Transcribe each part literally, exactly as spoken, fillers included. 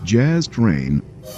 Jazz Train.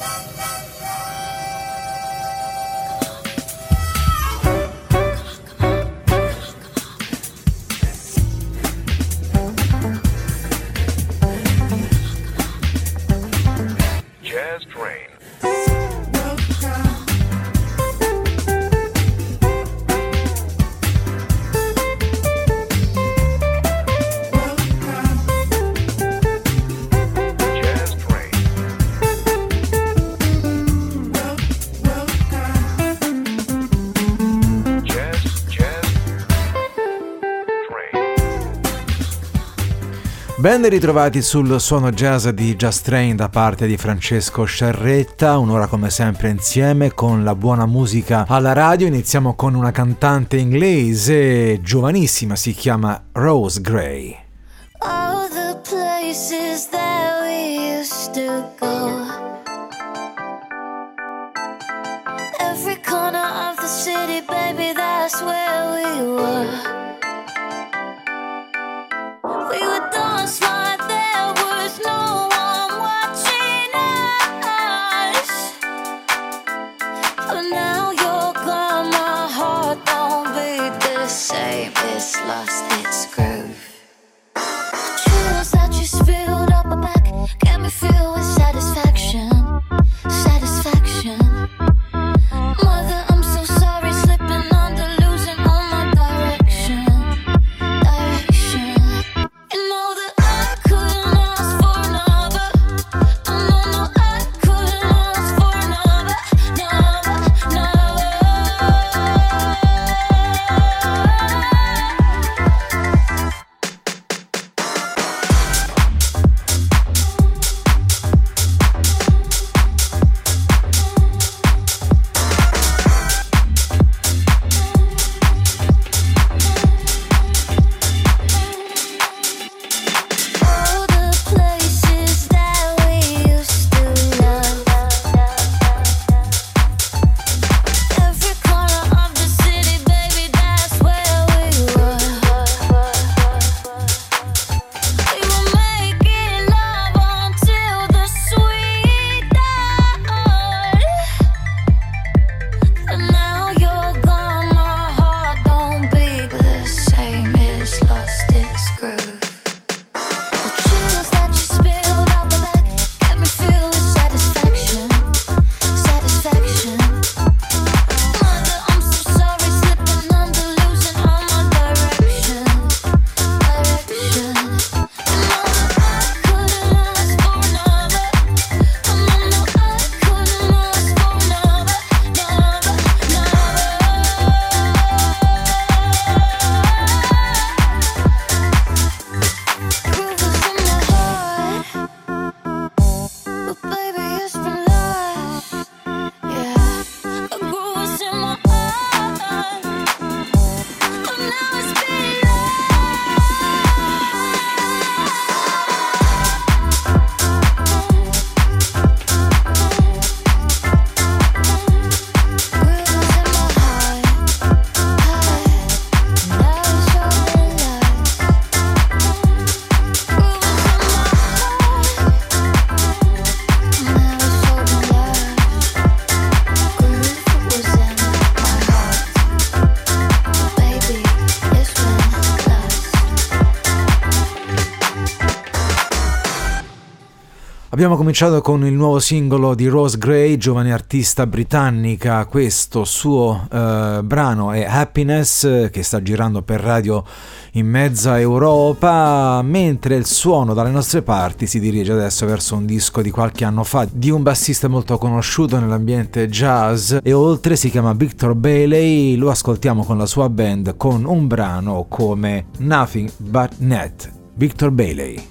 Ben ritrovati sul suono jazz di Jazz Train da parte di Francesco Sciarretta, un'ora come sempre insieme con la buona musica alla radio. Iniziamo con una cantante inglese giovanissima, si chiama Rose Gray. All the places that we used to go, every corner of the city, baby, that's where we were. We would dance like there was no one watching us. But now you're gone, my heart don't beat the same. It's lost its groove. Chills that you spilled up my back get me feel with satisfaction, satisfaction. Mother, I'm so sorry, slipping under, losing all my direction, direction. You know that I couldn't ask for another. No, no, no, I couldn't ask for another, another, another. All the places that we used to love, every corner of the city, baby, that's where we were. We were making love until the sweet dawn. And now you're gone, my heart don't beat the same. It's lost its groove. The chills that you spilled out the back get me feel with satisfaction, satisfaction. Mother, I'm so sorry, slipping under, losing all my direction, direction. You know that I couldn't ask for another. No, no, no, I couldn't ask for another, another, groove was in my heart, but baby, it's been lost. Yeah, a groove was in my heart, but now it's been groove was in my heart, now it's all been lost. Groove was in my heart, now it's all been lost. Groove was in my heart, baby, it's been lost. Abbiamo cominciato con il nuovo singolo di Rose Gray, giovane artista britannica. Questo suo eh, brano è Happiness, eh, che sta girando per radio in mezza Europa, mentre il suono dalle nostre parti si dirige adesso verso un disco di qualche anno fa di un bassista molto conosciuto nell'ambiente jazz e oltre, si chiama Victor Bailey. Lo ascoltiamo con la sua band con un brano come Nothing But Net. Victor Bailey.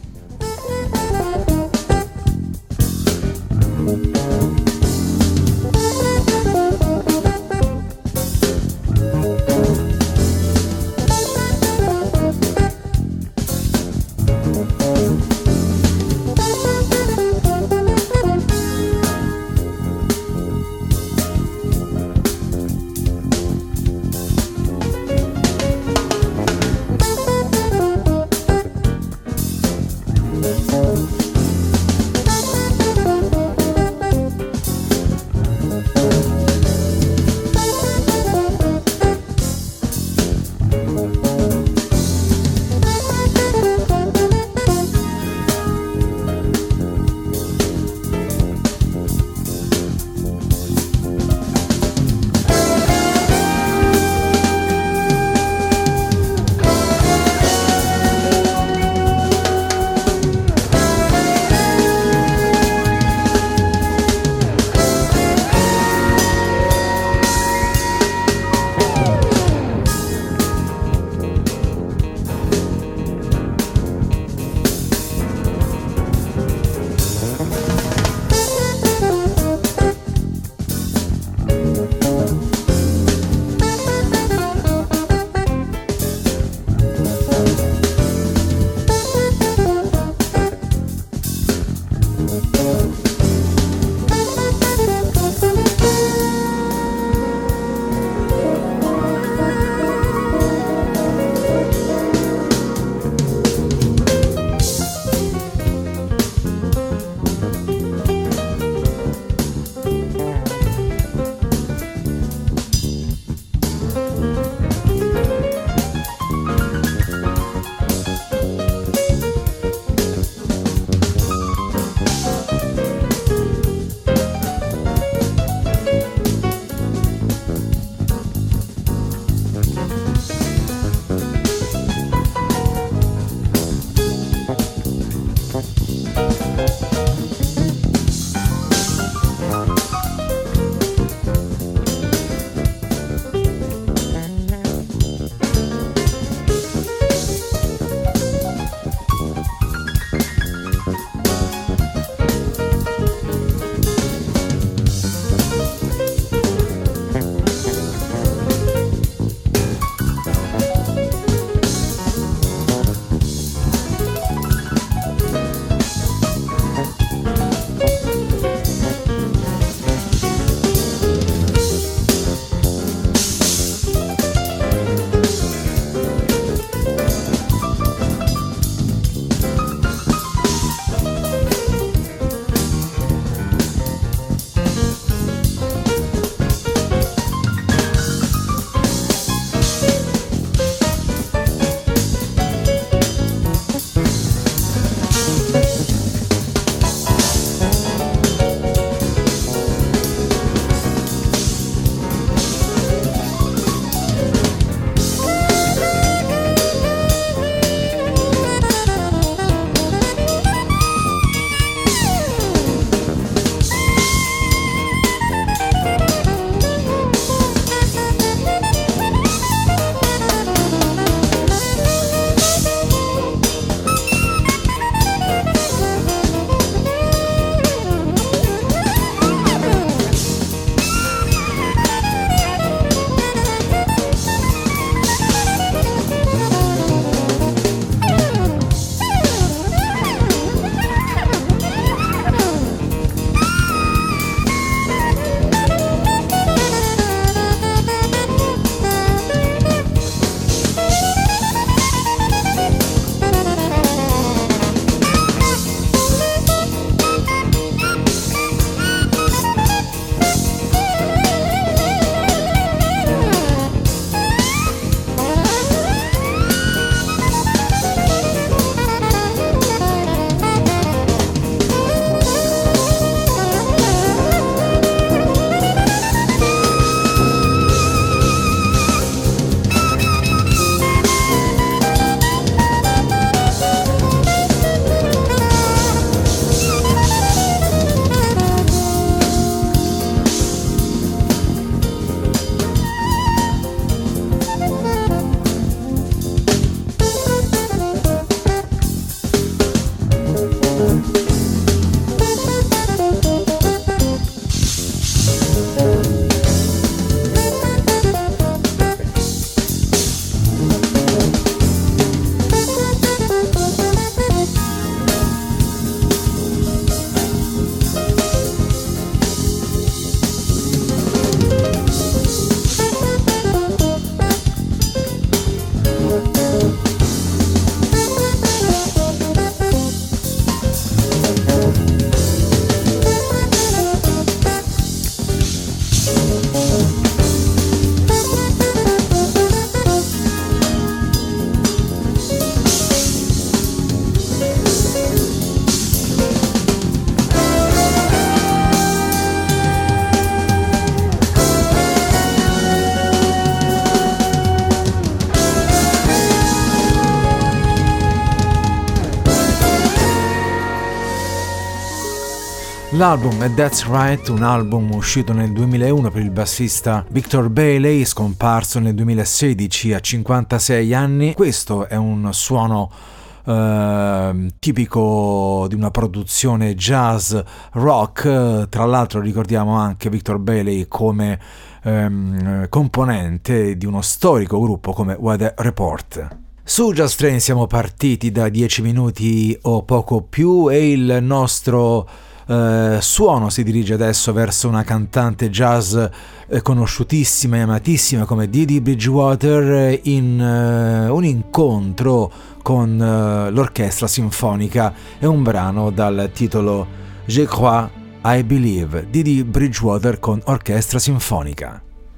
L'album è That's Right, un album uscito nel duemilauno per il bassista Victor Bailey, scomparso nel duemilasedici a cinquantasei anni. Questo è un suono eh, tipico di una produzione jazz rock. Tra l'altro ricordiamo anche Victor Bailey come ehm, componente di uno storico gruppo come Weather Report. Su Jazz Train siamo partiti da dieci minuti o poco più e il nostro Uh, suono si dirige adesso verso una cantante jazz eh, conosciutissima e amatissima come Dee Bridgewater in uh, un incontro con uh, l'orchestra sinfonica. È un brano dal titolo Je crois, I believe, Dee Bridgewater con orchestra sinfonica.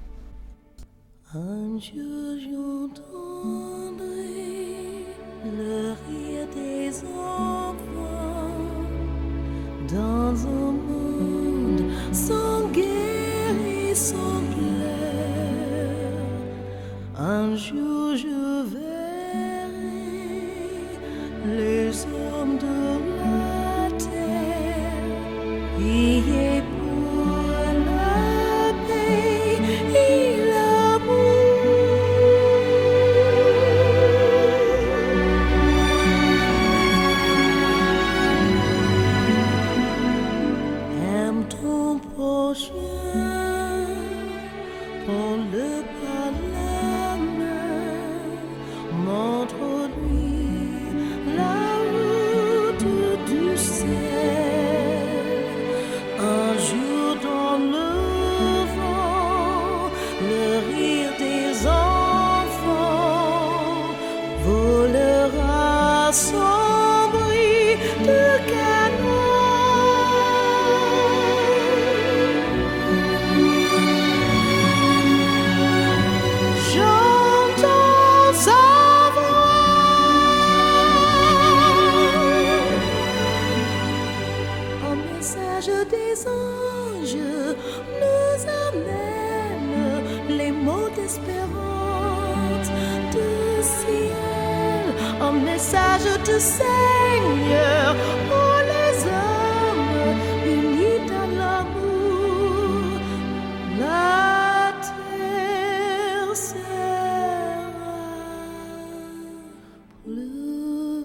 Un jour j'entendrai le rire des enfants dans un monde sans guerre et sans pleurs. Un jour je verrai les hommes de la terre prier pour la paix et prends-le par la main, montre-lui la route du ciel. Un jour dans le vent, le rire des enfants volera sans bruit de canon. Des anges nous amènent les mots d'espérance du ciel, un message du Seigneur pour les hommes unis dans l'amour. La terre sera plus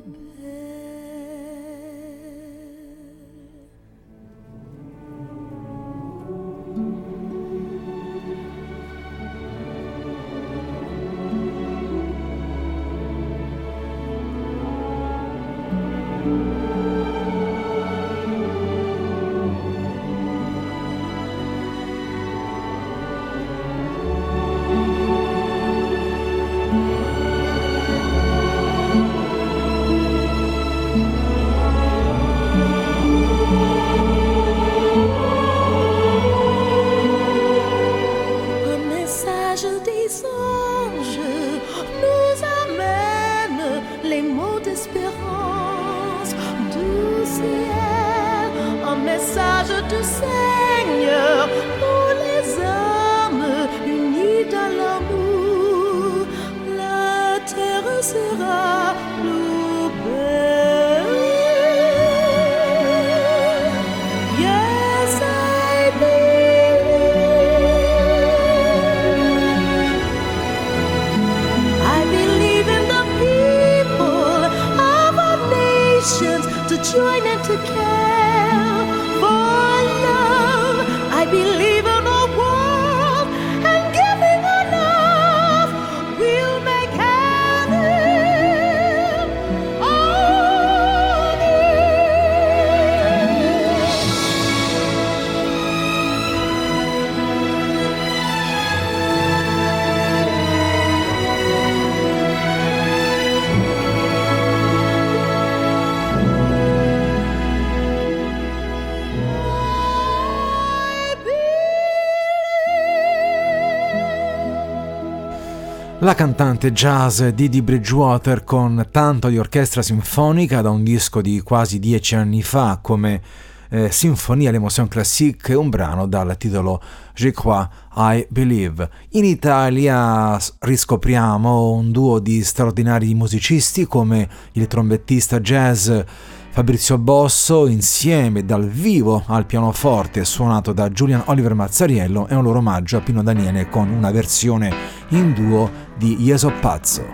du Seigneur pour les hommes unis dans l'amour. La terre sera plus belle. Yes, I believe. I believe in the people of our nations to join and to care. I believe in a world and giving enough will make heaven on La cantante jazz Dee Bridgewater con tanto di orchestra sinfonica da un disco di quasi dieci anni fa come eh, Sinfonia l'Emotion Classique, un brano dal titolo Je crois, I believe. In Italia riscopriamo un duo di straordinari musicisti come il trombettista jazz Fabrizio Bosso insieme dal vivo al pianoforte suonato da Julian Oliver Mazzariello è un loro omaggio a Pino Daniele con una versione in duo di Ieso Pazzo.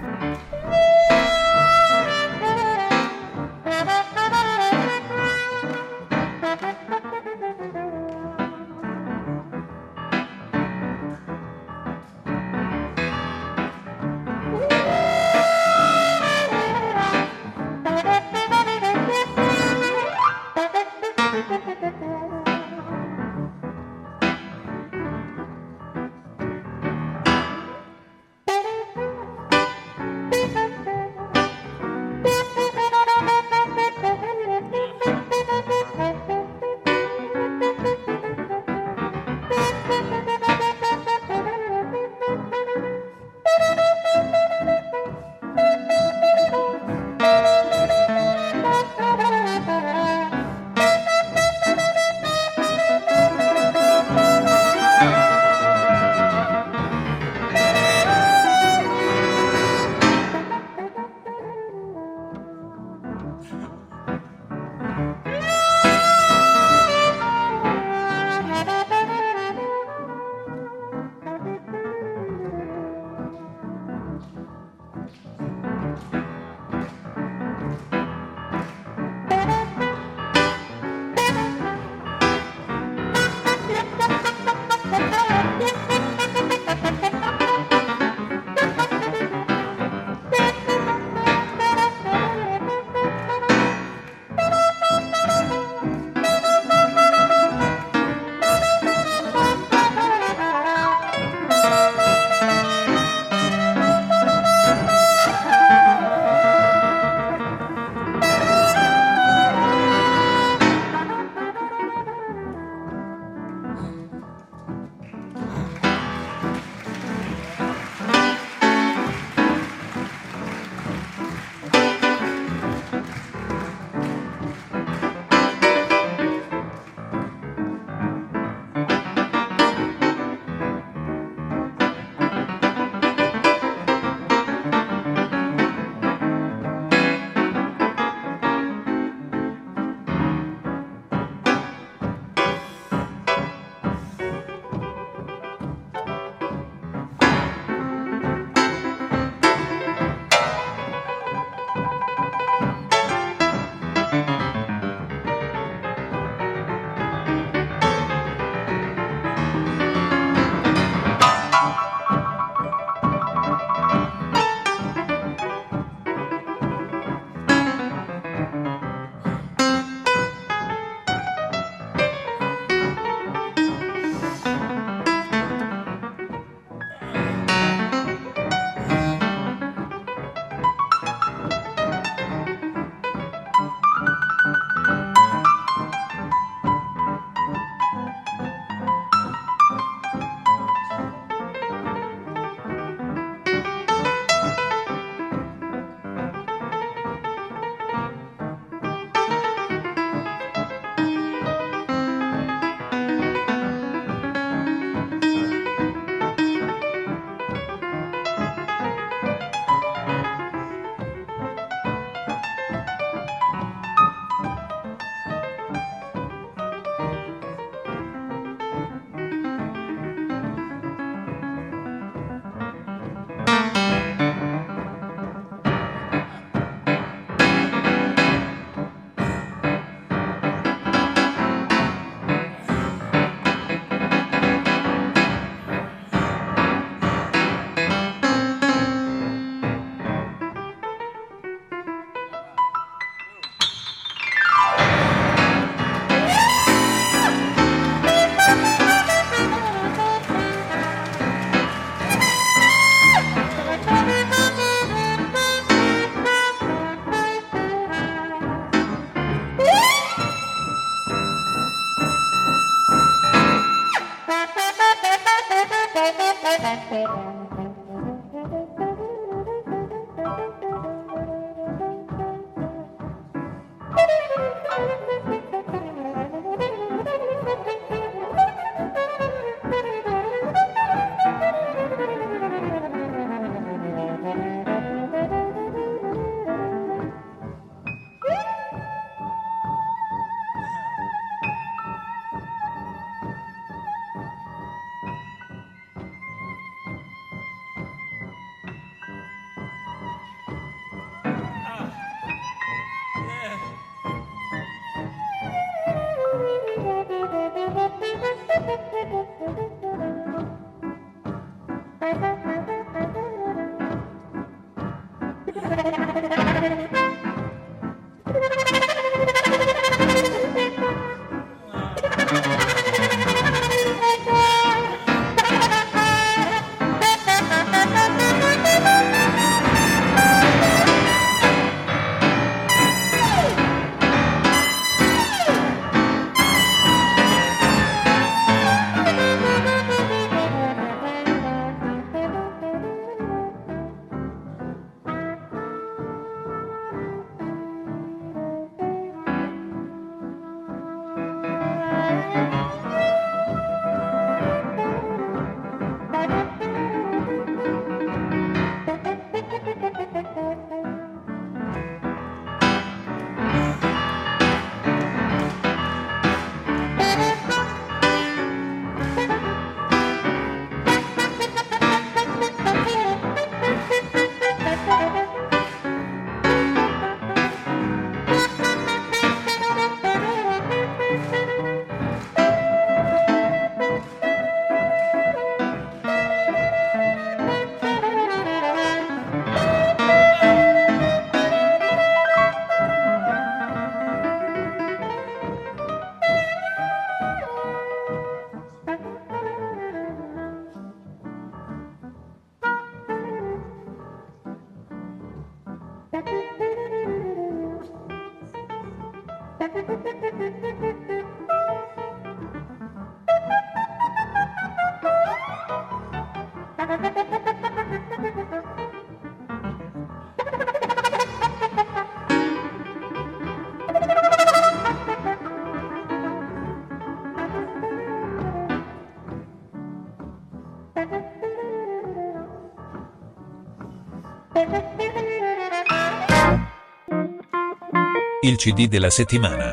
Il C D della settimana.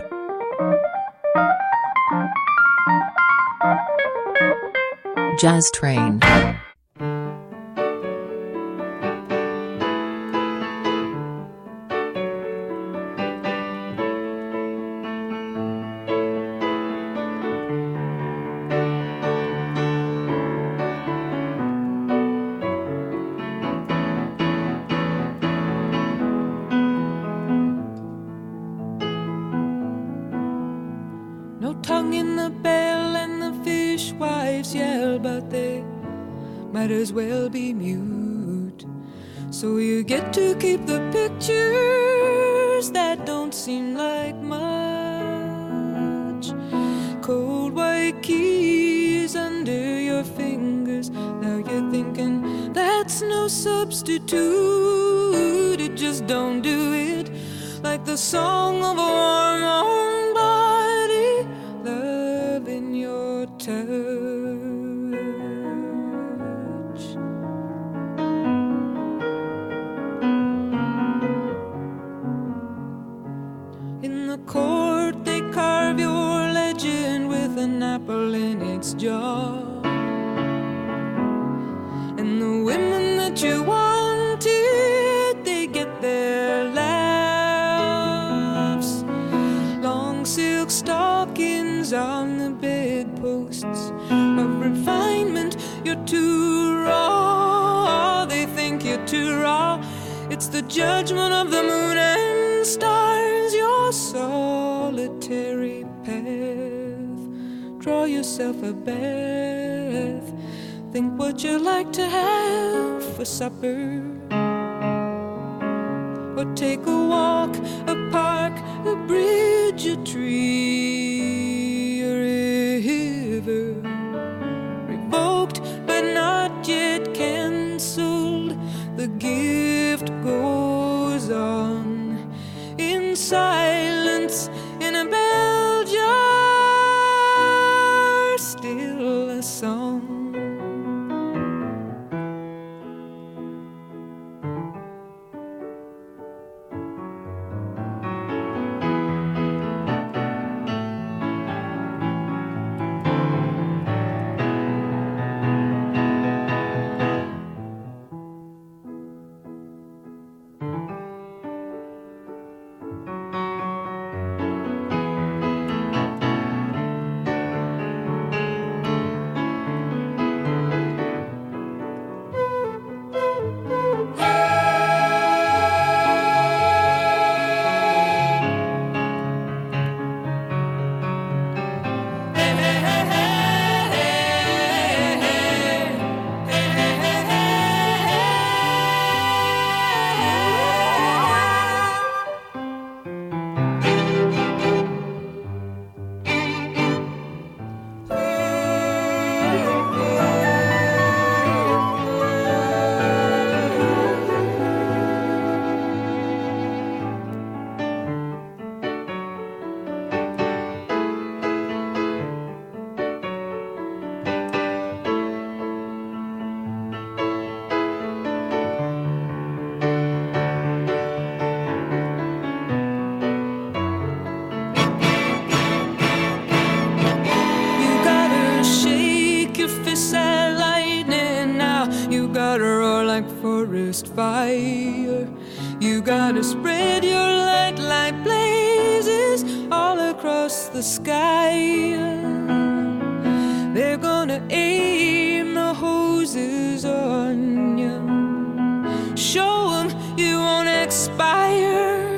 Jazz Train. Might as well be mute. So you get to keep the pictures that don't seem like much. Cold white keys under your fingers. Now you're thinking that's no substitute. It just don't do it like the song of a warm warm body. Love in your touch. Court, they carve your legend with an apple in its jaw. And the women that you wanted, they get their laughs. Long silk stockings on the bedposts of refinement. You're too raw, they think you're too raw. It's the judgment of the moon and stars, your solitary path. Draw yourself a bath. Think what you like to have for supper. Or take a walk, a park, a bridge, a tree, a river. Revoked but not yet cancelled. The gift goes on in silence in a bell jar, still a song. Fire. You gotta spread your light like blazes all across the sky. They're gonna aim the hoses on you. Show them you won't expire.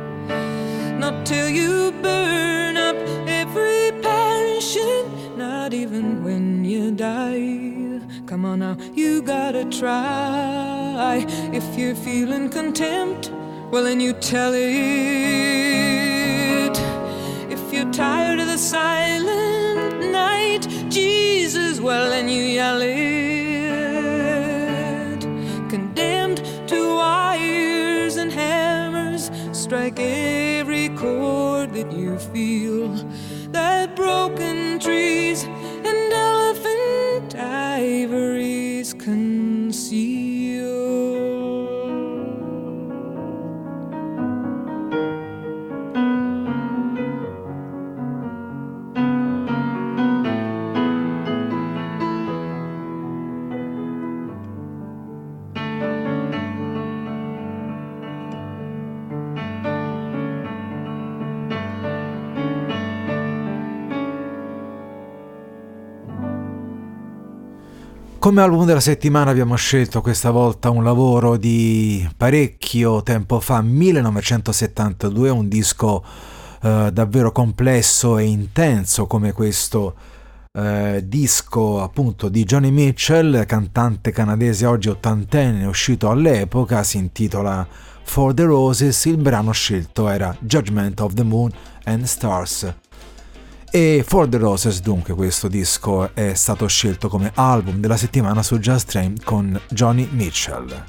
Not till you burn up every passion. Not even when you die. Come on now, you gotta try. If you're feeling contempt, well then you tell it. every chord that you feel, that broken trees and elephant ivories conceal. Come album della settimana abbiamo scelto questa volta un lavoro di parecchio tempo fa, millenovecentosettantadue, un disco eh, davvero complesso e intenso come questo eh, disco appunto di Joni Mitchell, cantante canadese oggi ottantenne, uscito all'epoca, si intitola For the Roses. Il brano scelto era Judgment of the Moon and Stars. E For the Roses, dunque, questo disco è stato scelto come album della settimana su Just Train con Joni Mitchell.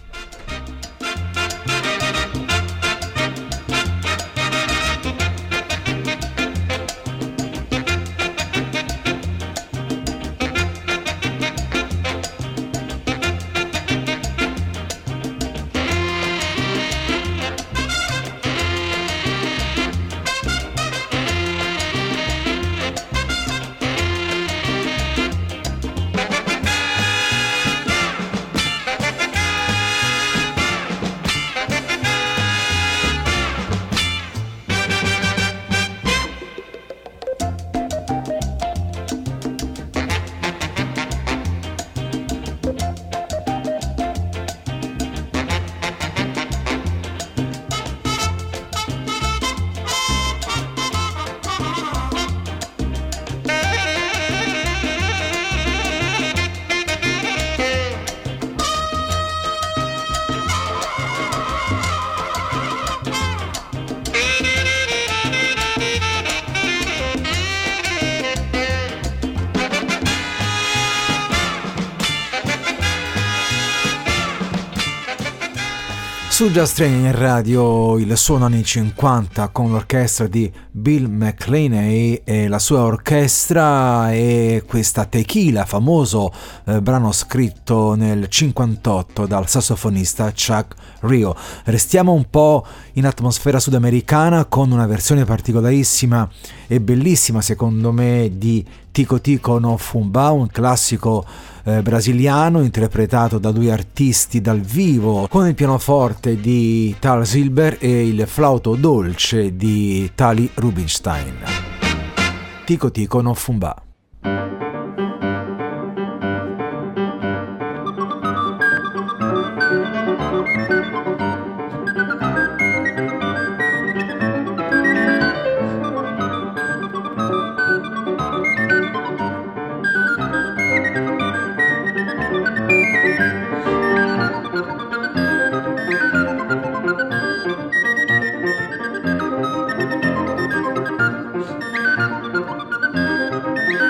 Su Just Train in radio il suono anni cinquanta con l'orchestra di Bill McLeaney e la sua orchestra e questa Tequila, famoso eh, brano scritto nel cinquantotto dal sassofonista Chuck Rio. Restiamo un po' in atmosfera sudamericana con una versione particolarissima e bellissima secondo me di Tico Tico no Fumba, un classico eh, brasiliano interpretato da due artisti dal vivo con il pianoforte di Tal Silber e il flauto dolce di Tali Rubinstein. Tico Tico no Fumba. Thank you.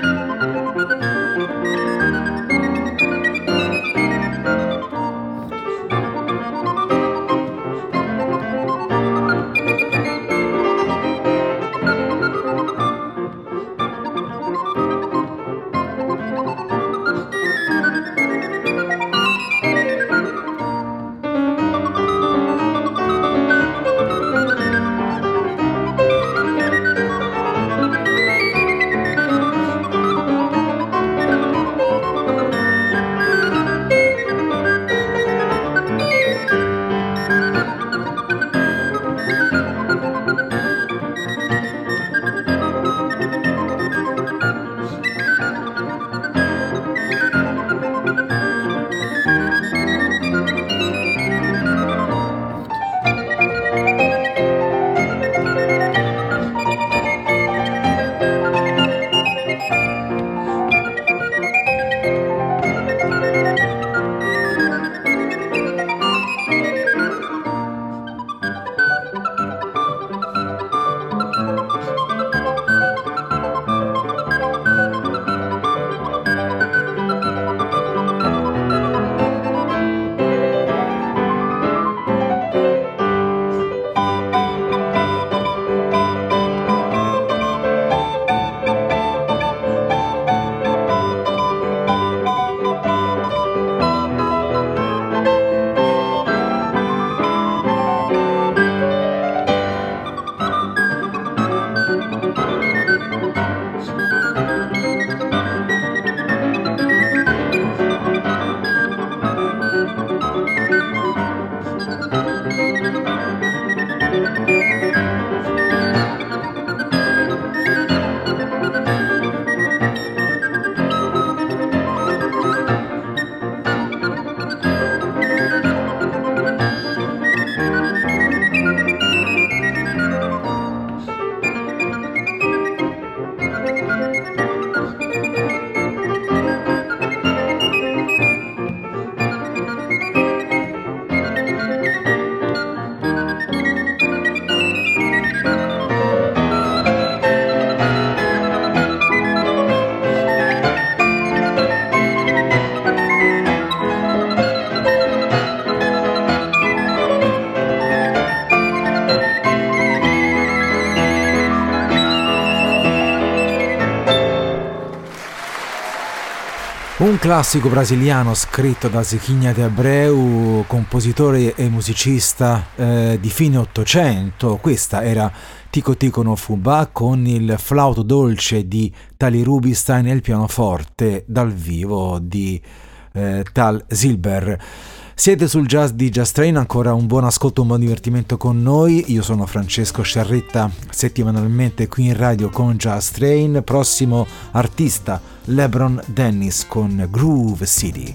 Un classico brasiliano scritto da Zequinha de Abreu, compositore e musicista eh, di fine Ottocento. Questa era Tico Tico no Fubá con il flauto dolce di Tali Rubinstein e il pianoforte dal vivo di eh, Tal Zilber. Siete sul jazz di Jazz Train, ancora un buon ascolto, un buon divertimento con noi. Io sono Francesco Sciarretta, settimanalmente qui in radio con Jazz Train. Prossimo artista LeBron Dennis con Groove City.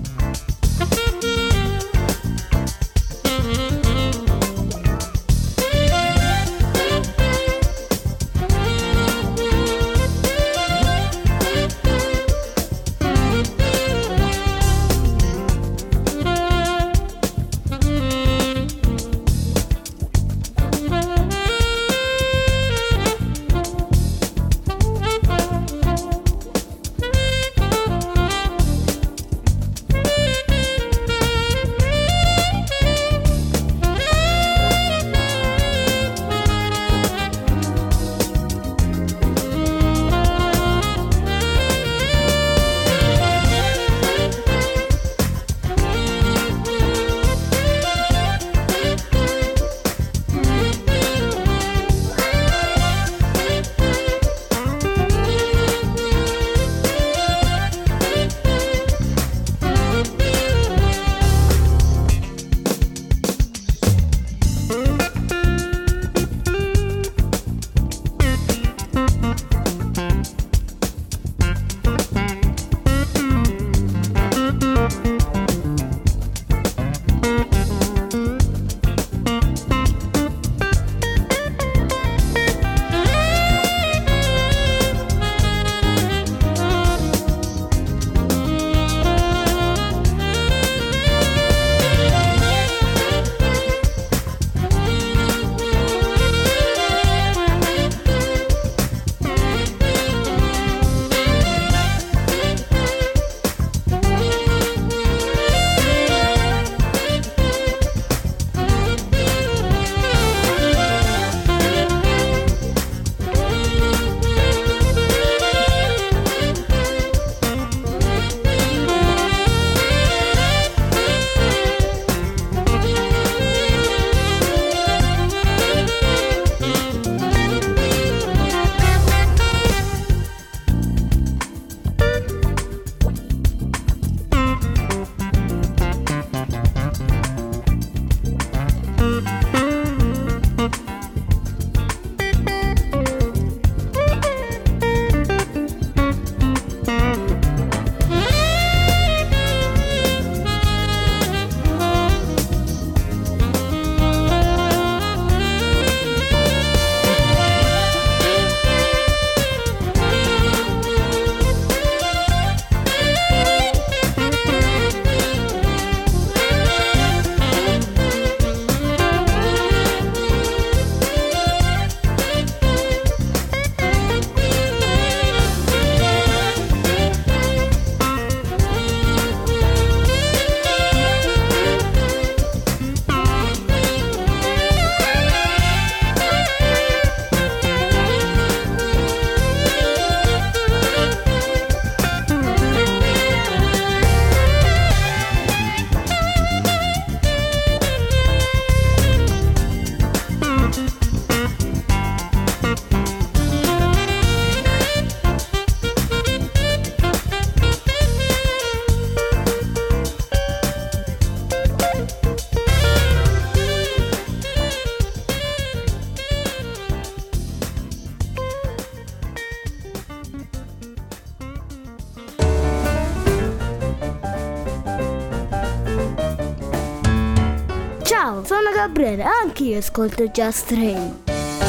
Ciao, sono Gabriele, anch'io ascolto Jazz Train.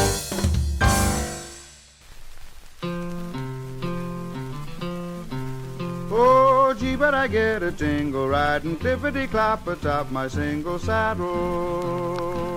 Oh, gee, but I get a tingle riding clippity-clop atop my single saddle.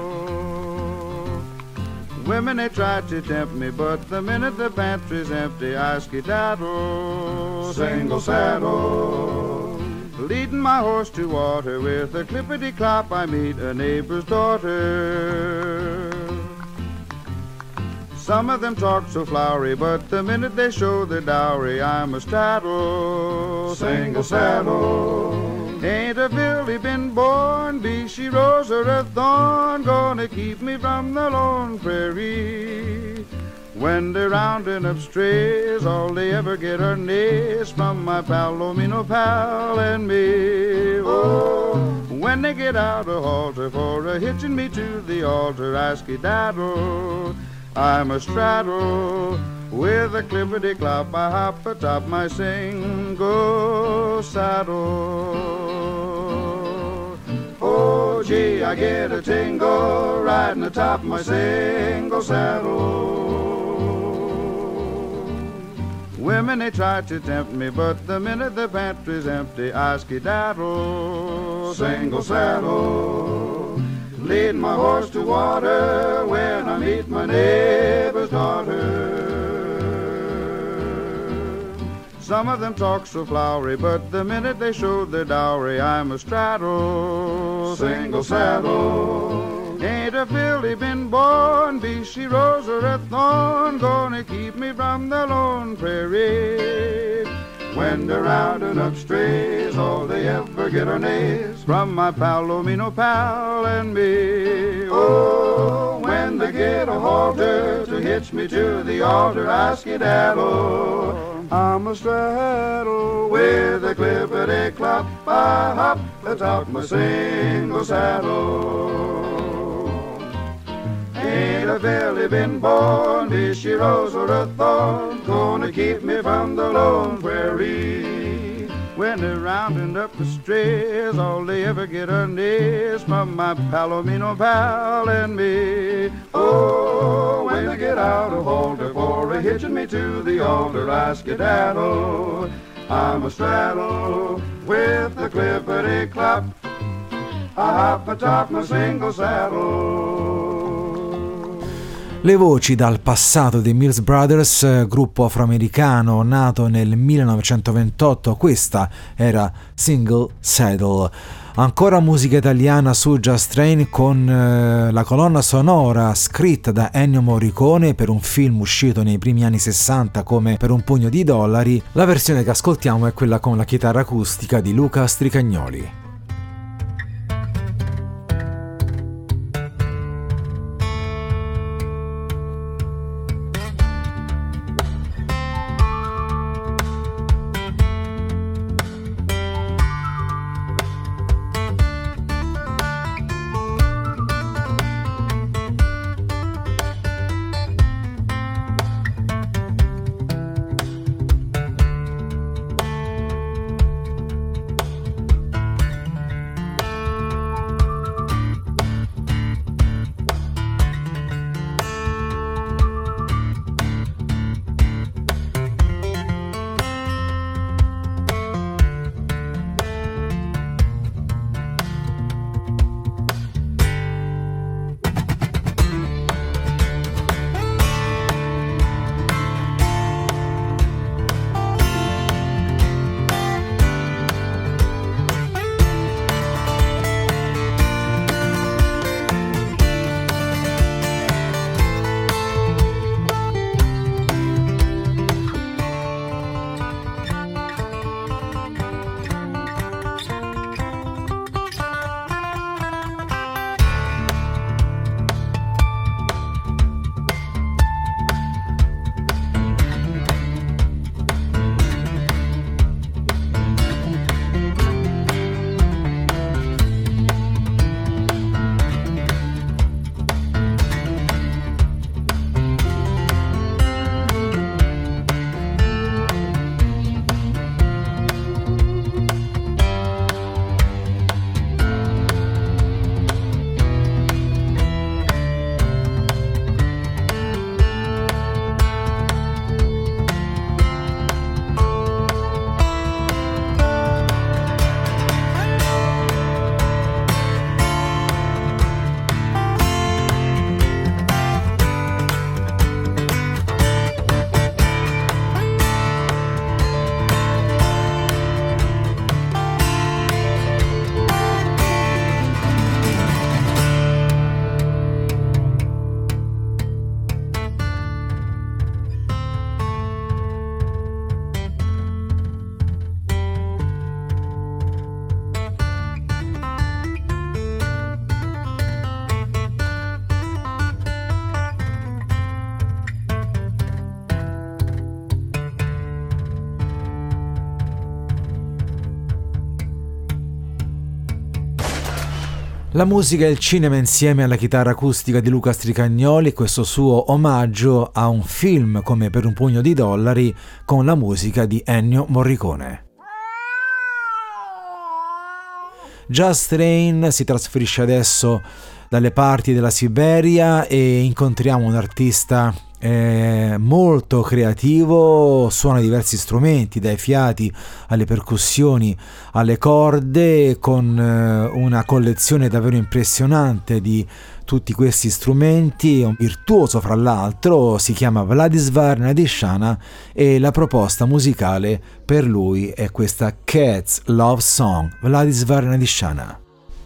Women, they try to tempt me, but the minute the pantry's empty, I skedaddle. Single saddle. Leading my horse to water with a clippity-clop, I meet a neighbor's daughter. Some of them talk so flowery, but the minute they show their dowry, I'm a straddle, single saddle. Ain't a filly been born, be she rose or a thorn, gonna keep me from the lone prairie. When they're rounding up strays, all they ever get are nays from my Palomino pal and me. Oh, when they get out a halter for a hitching me to the altar, I skedaddle, I'm a straddle. With a clippity-clop, I hop atop my single saddle. Oh, gee, I get a tingle riding atop my single saddle. Women, they try to tempt me, but the minute the pantry's empty, I skedaddle, single saddle. Lead my horse to water when I meet my neighbor's daughter. Some of them talk so flowery, but the minute they show their dowry, I'm a straddle, single saddle. Ain't a filly been born, be she rose or a thorn, gonna keep me from the lone prairie. When they're rounding up strays, all they ever get are nays from my Palomino pal and me. Oh, when they get a halter to hitch me to the altar, I skedaddle, I'm a straddle. With a clippity-clop, I hop atop my single saddle. Ain't a filly been born, is she rose or a thorn, gonna keep me from the lone prairie. When they're rounding up the strays, all they ever get are nays from my Palomino pal and me. Oh, when they get out a halter for a hitching me to the altar, I skedaddle, I'm a straddle. With the clippity-clop, I hop atop my single saddle. Le voci dal passato dei Mills Brothers, gruppo afroamericano nato nel millenovecentoventotto, questa era Single Saddle. Ancora musica italiana su Just Train con eh, la colonna sonora scritta da Ennio Morricone per un film uscito nei primi anni sessanta come Per un pugno di dollari. La versione che ascoltiamo è quella con la chitarra acustica di Luca Stricagnoli. La musica e il cinema insieme alla chitarra acustica di Luca Stricagnoli, questo suo omaggio a un film come Per un pugno di dollari con la musica di Ennio Morricone. Jazz Train si trasferisce adesso dalle parti della Siberia e incontriamo un artista eh, molto creativo, suona diversi strumenti, dai fiati alle percussioni alle corde, con eh, una collezione davvero impressionante di tutti questi strumenti, un virtuoso fra l'altro, si chiama Vladisvar Nadeschana e la proposta musicale per lui è questa Cats Love Song, Vladisvar Nadeschana.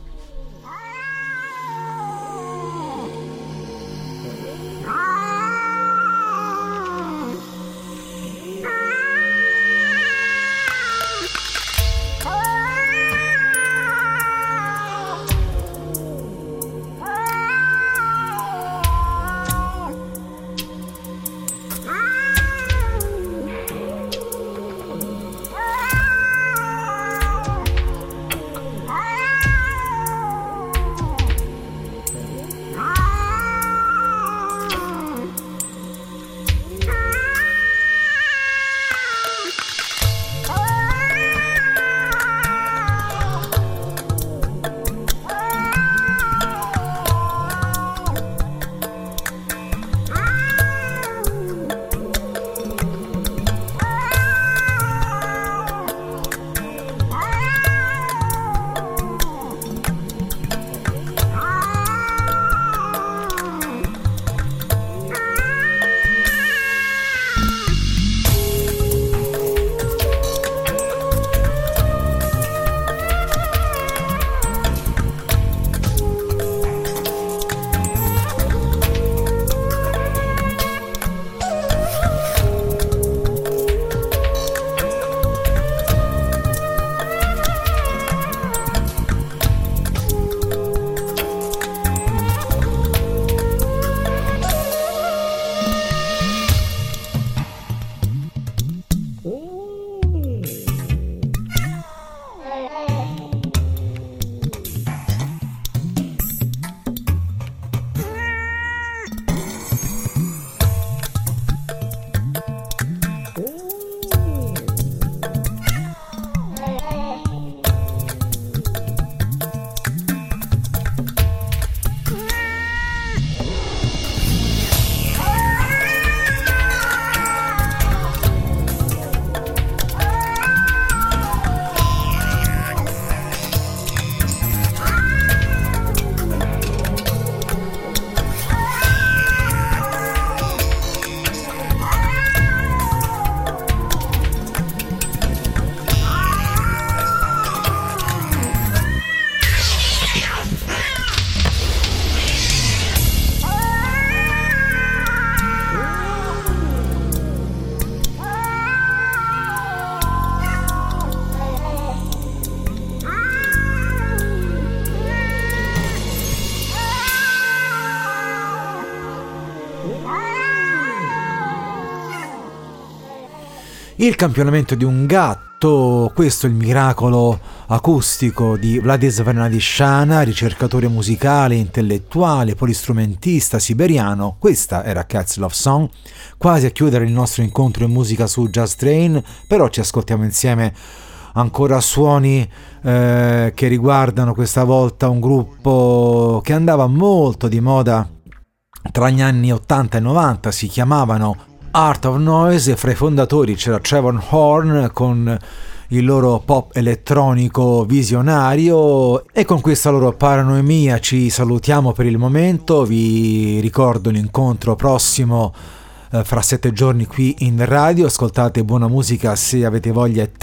Il campionamento di un gatto, questo è il miracolo acustico di Vladisvar Nadeschana, ricercatore musicale, intellettuale, polistrumentista siberiano. Questa era Cats Love Song. Quasi a chiudere il nostro incontro in musica su Jazz Train, però ci ascoltiamo insieme ancora suoni eh, che riguardano questa volta un gruppo che andava molto di moda tra gli anni ottanta e novanta, si chiamavano Art of Noise, e fra i fondatori c'era Trevor Horn con il loro pop elettronico visionario, e con questa loro paranoia ci salutiamo per il momento. Vi ricordo l'incontro prossimo eh, fra sette giorni qui in radio. Ascoltate buona musica se avete voglia e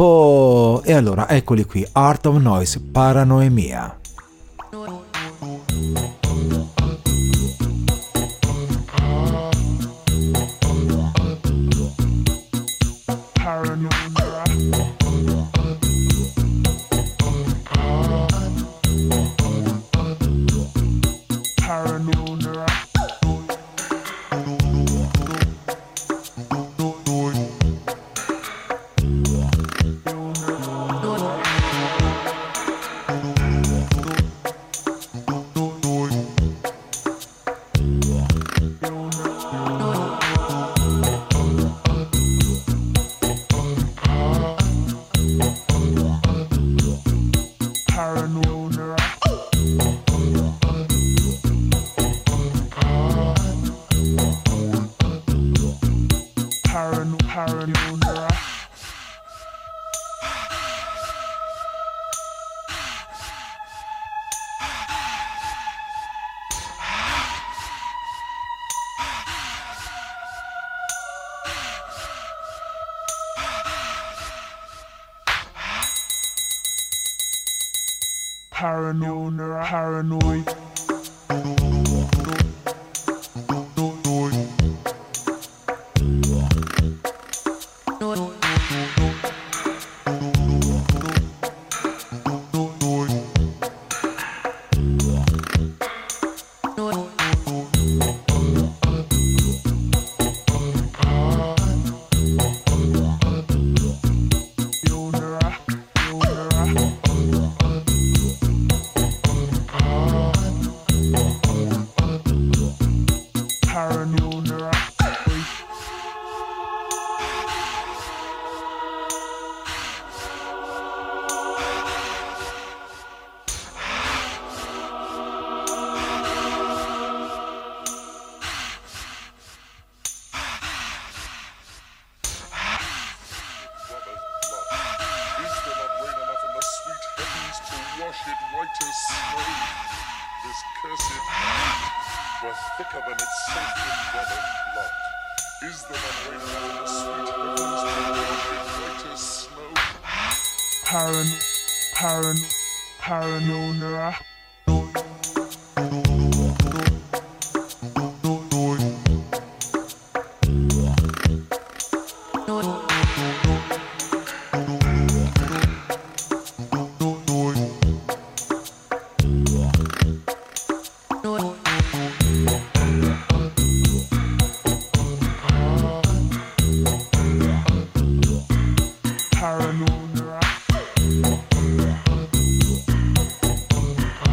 tempo, e allora eccoli qui, Art of Noise, Paranoia. Paranoid, paranoid. Paran, paran, paranoia. Paranoia.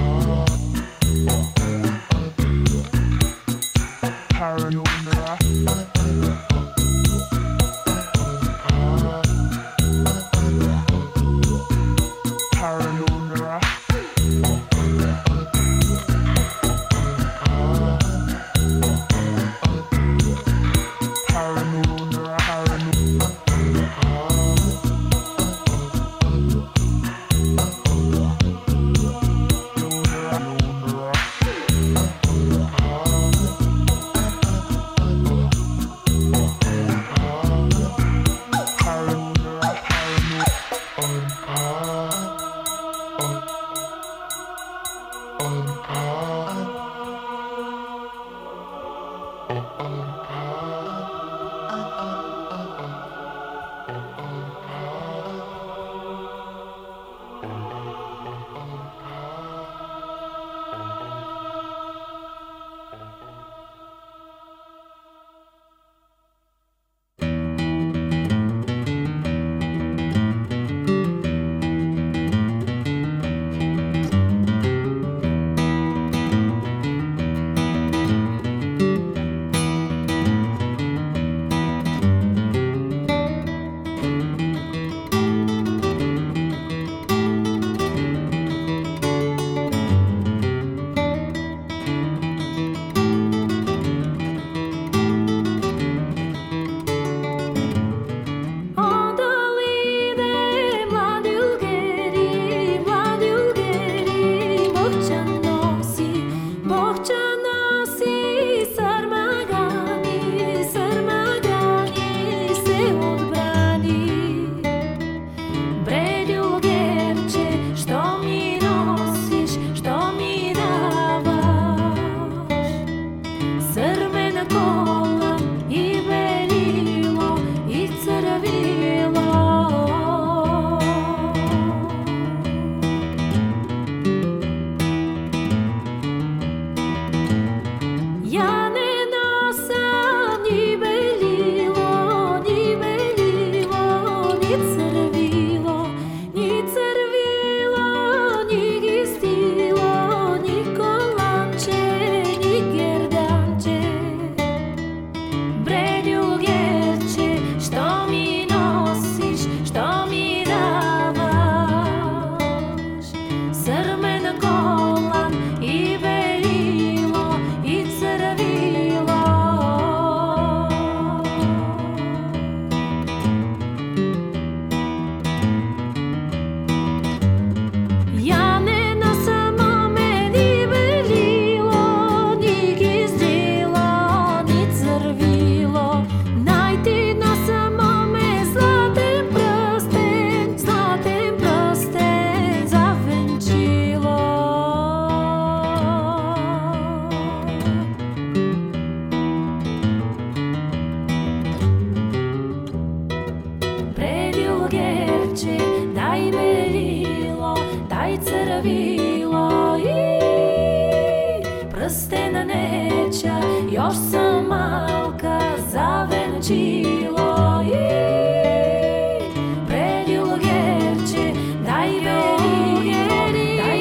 daj crvilo i prstena neća, još sam malka zavenčilo i predjulo gerče, daj veri, daj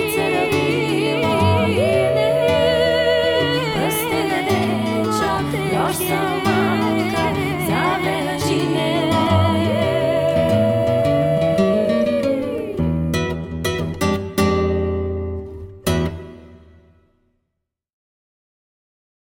crvilo i prstena neća, još sam